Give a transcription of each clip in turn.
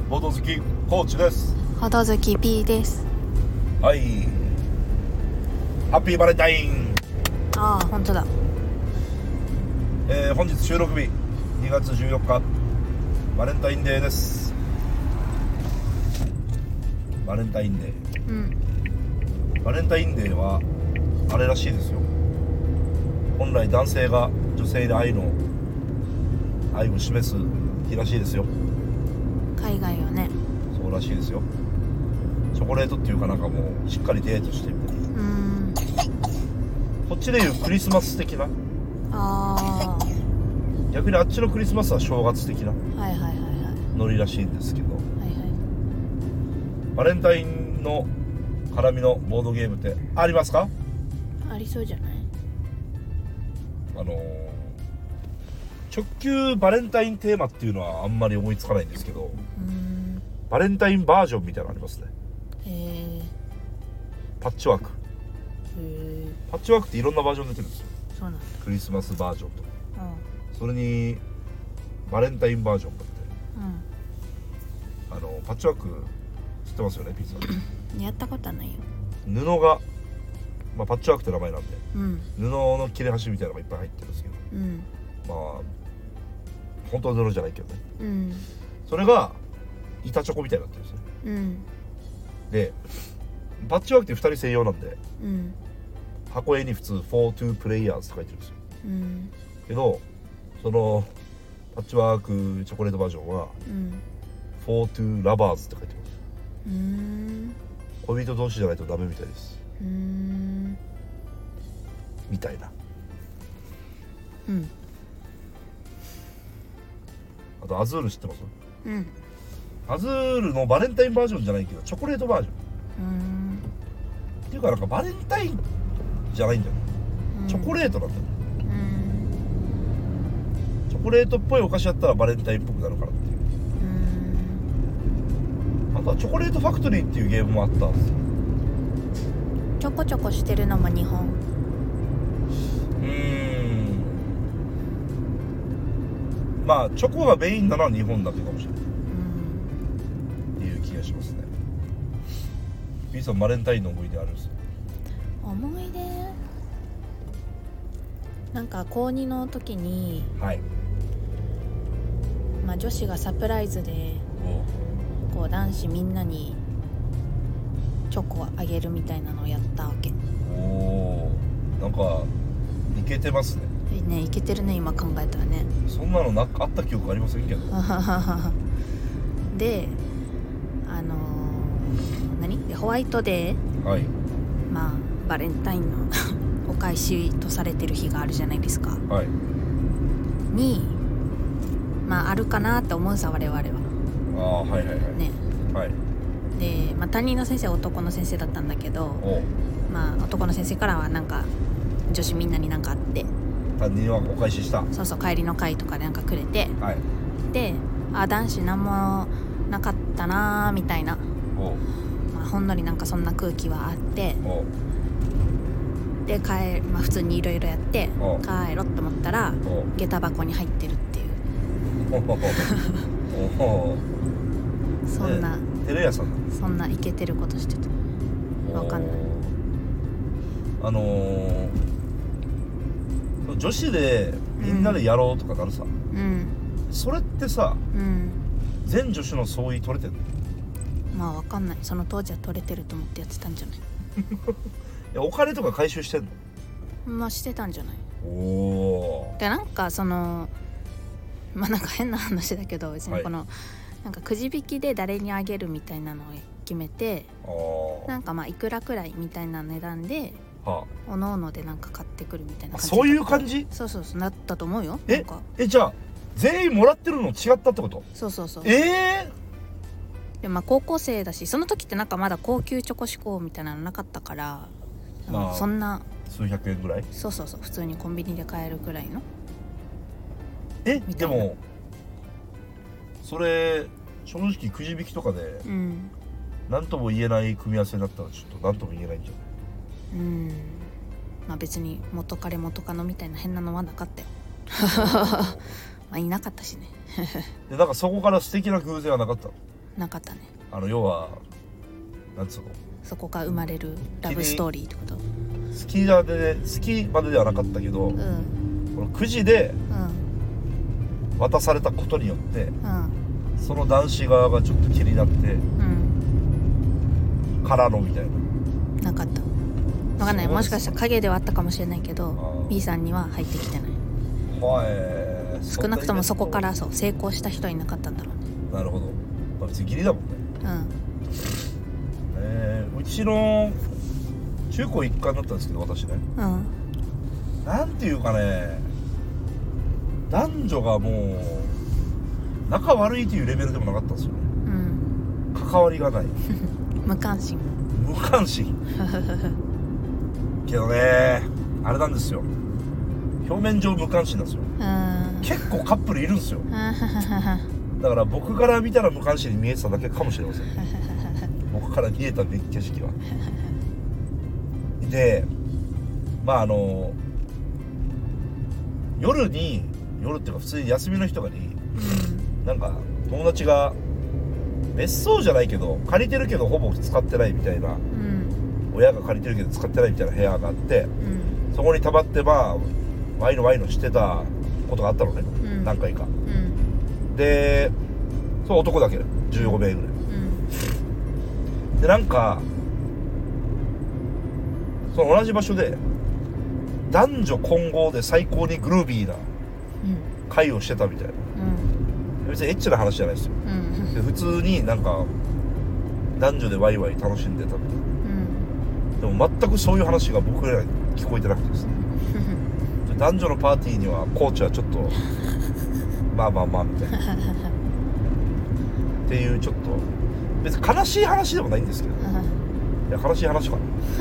ボード好きコーチです。 ほど好き P です。 はい、ハッピーバレンタイン。 ああ、本当だ。 本日収録日2月14日バレンタインデーです。バレンタインデー、バレンタインデーはあれらしいですよ。本来男性が女性に愛を示す日らしいですよ。 海外はね。 そうらしいですよ。チョコレートっていうかなんかもうしっかりデートしてみたいな。こっちでいうクリスマス的な。 ああ。 逆にあっちのクリスマスは正月的なノリらしいんですけど、バレンタインの絡みのボードゲームってありますか？ ありそうじゃない？ 直球バレンタインテーマっていうのはあんまり思いつかないんですけど、バレンタインバージョンみたいなのありますね。パッチワーク。パッチワークっていろんなバージョン出てるんですよ。 そうなんだ。 クリスマスバージョンとか、それにバレンタインバージョンがあって、パッチワーク知ってますよね、ピーさん。 やったことはないよ。 布が、パッチワークって名前なんで、布の切れ端みたいなのがいっぱい入ってるんですけど、本当は布じゃないけどね、それが板チョコみたいになってるんですね。でパッチワークって2人専用なんで、箱絵に普通 for two players って書いてるんですよ。けどそのパッチワークチョコレートバージョンは、for two lovers って書いてます。恋人同士じゃないとダメみたいです。みたいな。あとアズール知ってます？アズールのバレンタインバージョンじゃないけどチョコレートバージョンっていうかなんかバレンタインじゃないんだよ、チョコレートなんだよ、チョコレートっぽいお菓子やったらバレンタインっぽくなるからっていう。あとはチョコレートファクトリーっていうゲームもあったんですよ。 ちょこちょこしてるのも日本。 チョコがメインなのは日本だけかもしれないっていう気がしますね。B さんバレンタインの思い出あるんですよ？ 思い出なんか高2の時に、女子がサプライズでこう男子みんなにチョコをあげるみたいなのをやったわけ。 なんかイケてますね。 イケてるね、今考えたらね。 そんなのあった記憶ありませんけどでホワイトデー、バレンタインのお返しとされてる日があるじゃないですか、にあるかなって思うさ、我々は。で、担任の先生は男の先生だったんだけど、男の先生からはなんか女子みんなになんかあって、 担任はお返しした。 そう帰りの会とかでなんかくれて、で男子なんもなかったなみたいな、ほんのりなんかそんな空気はあって、で普通にいろいろやって帰ろうと思ったら下駄箱に入ってるっていうそんなテレ屋さんそんなイケてることしてた。わかんない。 女子でみんなでやろうとかなるさ、それってさ、全女子の総意取れてんの？ わかんない。その当時は取れてると思ってやってたんじゃない？ お金とか回収してんの？ してたんじゃない？でなんかなんか変な話だけど、別になんかくじ引きで誰にあげるみたいなのを決めて、なんかいくらくらいみたいな値段でおのおのでなんか買ってくるみたいな感じ。 そういう感じ？ そうなったと思うよ。 じゃあ全員もらってるの違ったってこと？ そうで高校生だし、その時ってなんかまだ高級チョコ志向みたいなのなかったから、そんな数百円ぐらい？ そう普通にコンビニで買えるくらいの。 でもそれ正直くじ引きとかで何とも言えない組み合わせになったらちょっと何とも言えないんじゃない？ 別に元彼元カノみたいな変なのはなかったよいなかったしねでなんかそこから素敵な偶然はなかったの？ なかったね。 要はなんつうの、 そこから生まれるラブストーリーってこと。好きまでではなかったけど、このくじで渡されたことによって、その男子側がちょっと気になって、からのみたいな。なかった。分かんない。もしかしたら影ではあったかもしれないけど B さんには入ってきてない。少なくともそこから成功した人はいなかったんだろうね。 なるほど、まあ、別に義理だもんね。うちの中高一貫だったんですけど、私ね、なんていうかね、男女がもう仲悪いというレベルでもなかったんですよね。関わりがない無関心けどね、あれなんですよ、表面上無関心なんですよ。結構カップルいるんですよ。だから僕から見たら無関心に見えてただけかもしれません僕から見えた景色は。で、まあ夜っていうか普通に休みの日とかに、なんか友達が別荘じゃないけど借りてるけどほぼ使ってないみたいな、親が借りてるけど使ってないみたいな部屋があって、そこにたまってワイのしてたことがあったのね、何回か。で、そう男だけ15名ぐらい、でなんかその同じ場所で男女混合で最高にグルービーな会をしてたみたいな、別にエッチな話じゃないですよ、で普通になんか男女でワイワイ楽しんでたみたいな、でも全くそういう話が僕らに聞こえてなくてですね男女のパーティーにはコーチはちょっとまあみたいなっていう、ちょっと別に悲しい話でもないんですけど、いや悲しい話か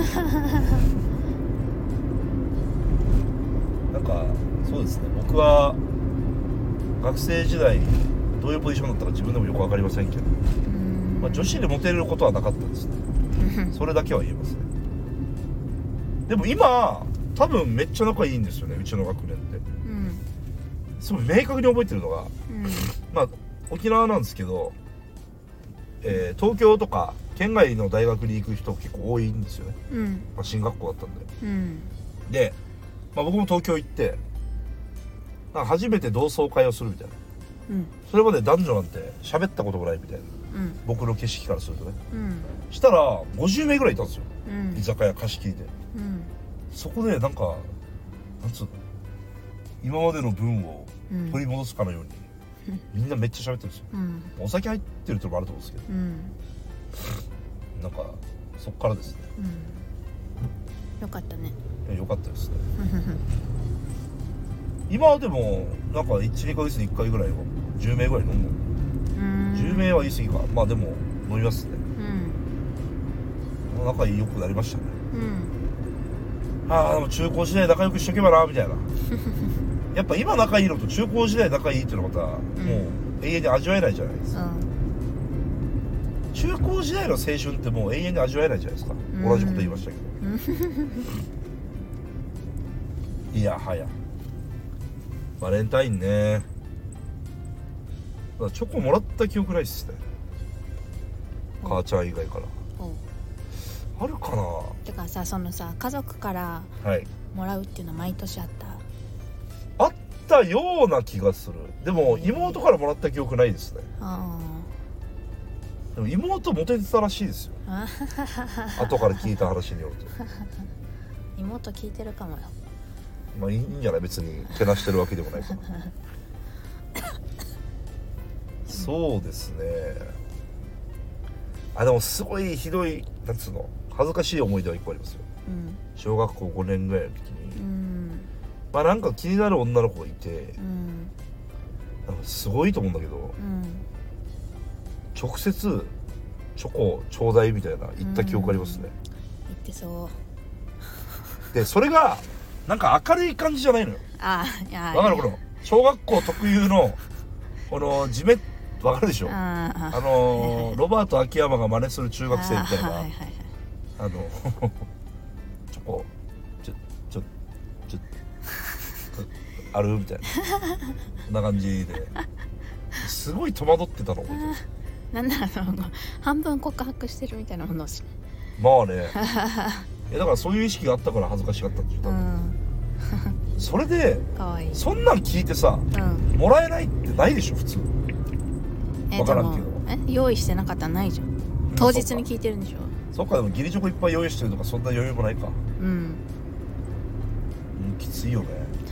な。なんかそうですね、僕は学生時代どういうポジションだったか自分でもよく分かりませんけど、まあ、女子でモテることはなかったですねそれだけは言えますね。でも今多分めっちゃ仲いいんですよね、うちの学年って。すごい明確に覚えてるのが、まあ沖縄なんですけど、東京とか県外の大学に行く人結構多いんですよね、まあ、進学校だったんで、で、まあ、僕も東京行ってなんか初めて同窓会をするみたいな、それまで男女なんて喋ったこともないみたいな、僕の景色からするとね、したら50名ぐらいいたんですよ、居酒屋貸し切りで、そこでなんかなんつうの、今までの分を取り戻すかのように、みんなめっちゃ喋ってるんですよ、お酒入ってるってのもあると思うんですけど、なんかそっからですね、 よかったね。 よかったですね今でもなんか 1,2 ヶ月に1回ぐらいは10名ぐらい飲むの。10名は言い過ぎか、まあでも飲みますね。仲良くなりましたね。でも中高時代仲良くしとけばなみたいなやっぱ今仲いいのと中高時代仲いいっていうのはまた、もう永遠に味わえないじゃないですか、中高時代の青春ってもう永遠に味わえないじゃないですか、同じこと言いましたけどいやはやバレンタインね、チョコもらった記憶ないっすね、母ちゃん以外から。あるかな。 てかさ、そのさ、家族からもらうっていうのは毎年あった、 あったような気がする。でも妹からもらった記憶ないですね。でも妹モテてたらしいですよ後から聞いた話によると妹聞いてるかもよ。 まあいいんじゃない、別にけなしてるわけでもないからそうですね。でもすごいひどい、なんつうの、恥ずかしい思い出は一個ありますよ、小学校5年ぐらいの時に、まあなんか気になる女の子がいて、なんかすごいと思うんだけど、直接チョコちょうだいみたいな言った記憶ありますね。 言ってそうでそれがなんか明るい感じじゃないのよ。わかる？この小学校特有のこの地面わかるでしょ。ロバート秋山が真似する中学生みたいなチョコちょあるみたいなこんな感じですごい戸惑ってたの覚えてる。 なんなら半分告白してるみたいなものしまあねだからそういう意識があったから恥ずかしかったんでしょ多分、それでかわいいそんなん聞いてさ、もらえないってないでしょ普通。分からんけど用意してなかったらないじゃん。当日に聞いてるんでしょ。 そっか。でも義理チョコいっぱい用意してるとかそんな余裕もないか。きついよね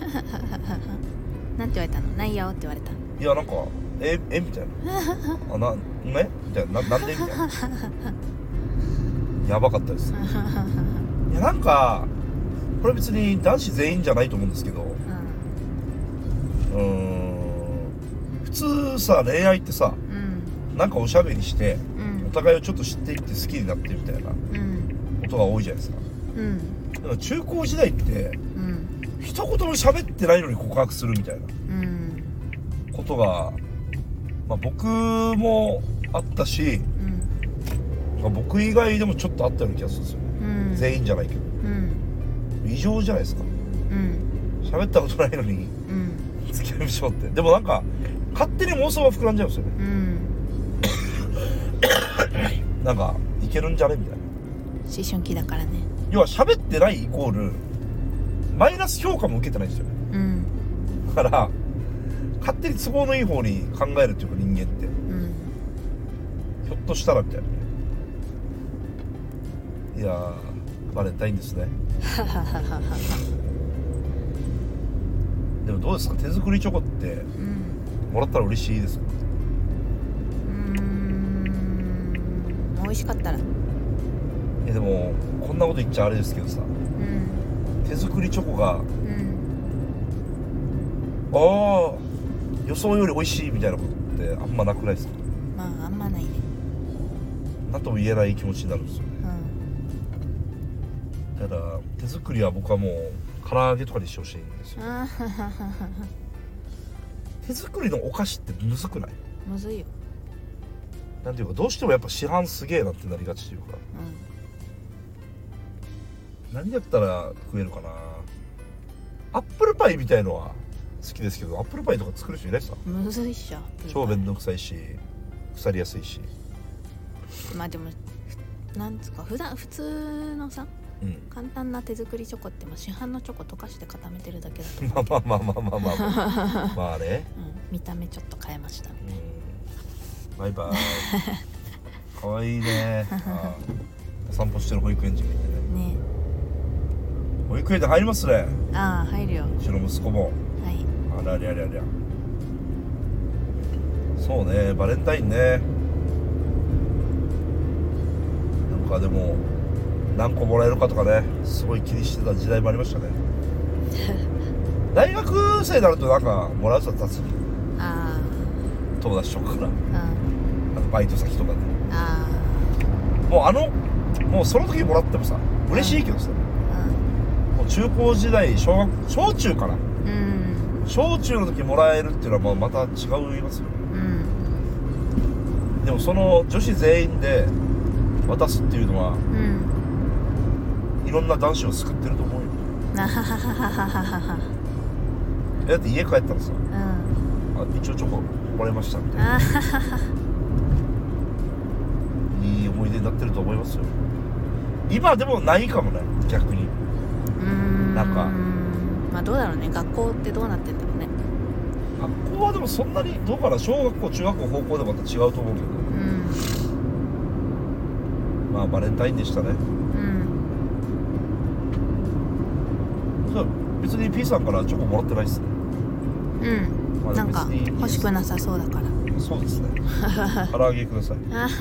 なんて言われたの？ないよって言われた。 いやなんかみたいなみたいななんでみたいなやばかったですいやなんかこれ別に男子全員じゃないと思うんですけど、普通さ恋愛ってさ、なんかおしゃべりして、お互いをちょっと知っていって好きになってみたいなことが多いじゃないですか。だから中高時代って、一言も喋ってないのに告白するみたいなことが、まあ、僕もあったし、まあ、僕以外でもちょっとあったような気がするんですよね、全員じゃないけど、異常じゃないですか。喋ったことないのに、付き合いましょうって。でもなんか勝手に妄想が膨らんじゃうんですよね、なんかいけるんじゃねみたいな。 思春期だからね。 要は喋ってないイコールマイナス評価も受けてないんですよね、だから勝手に都合のいい方に考えるっていうか人間って、ひょっとしたらみたいな。いやーバレンタインですねでもどうですか手作りチョコって、もらったら嬉しいですか？ 美味しかったら。 でもこんなこと言っちゃあれですけどさ、手作りチョコが、予想より美味しいみたいなことってあんまなくないですか？ まああんまないね。 なんとも言えない気持ちになるんですよね、ただ手作りは僕はもう唐揚げとかにしてほしいんですよ手作りのお菓子ってむずくない？ むずいよ。 なんていうかどうしてもやっぱ市販すげえなってなりがちというか、何やったら食えるかな。アップルパイみたいのは好きですけど、アップルパイとか作る人いないさ。 むずいっしょ。 超めんどくさいし腐りやすいし。 まあでもなんつうか普通のさ、簡単な手作りチョコって市販のチョコ溶かして固めてるだけだと思う。 まあね、 見た目ちょっと変えましたみたいな。 バイバイかわいいねお散歩してる保育園児がいてね。保育園で入りますね。 入るよ。 うちの息子も。ありゃ。そうね、バレンタインね。なんかでも何個もらえるかとかね、すごい気にしてた時代もありましたね大学生になるとなんかもらう人は立つ。友達とかから、バイト先とかで、もうその時もらってもさ嬉しいけどさ、もう中高時代小中かな、小中の時もらえるっていうのはまた違いますよ、でもその女子全員で渡すっていうのは、いろんな男子を救ってると思うよだって家帰ったらさ、一応チョコもらいましたみたいな、いい思い出になってると思いますよ。今でもないかもね、逆に。なんかまあどうだろうね、学校ってどうなってんだろうね。 学校はでもそんなにどうかな、小学校中学校高校でまた違うと思うけど、まあバレンタインでしたね。そう別に P さんからチョコもらってないっすね。 なんか欲しくなさそうだから。 そうですね唐揚げください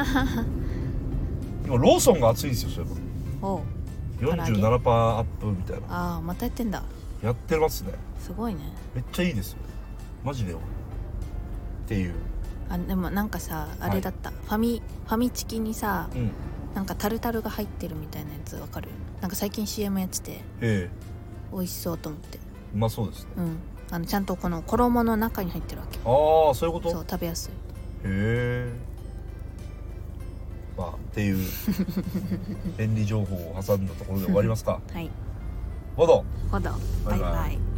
今ローソンが熱いんですよ、そういえば。47% アップみたいな。 またやってんだ。 やってますね。 すごいね。 めっちゃいいですよマジでよっていう。 でもなんかさ、あれだった、ファミチキにさ、なんかタルタルが入ってるみたいなやつわかる？なんか最近 CM やってて、美味しそうと思って。 うまそうですね。 ちゃんとこの衣の中に入ってるわけ。 そういうこと。 そう、食べやすい。 まあっていう便利情報を挟んだところで終わりますか。 はい。 ほどバイバイ。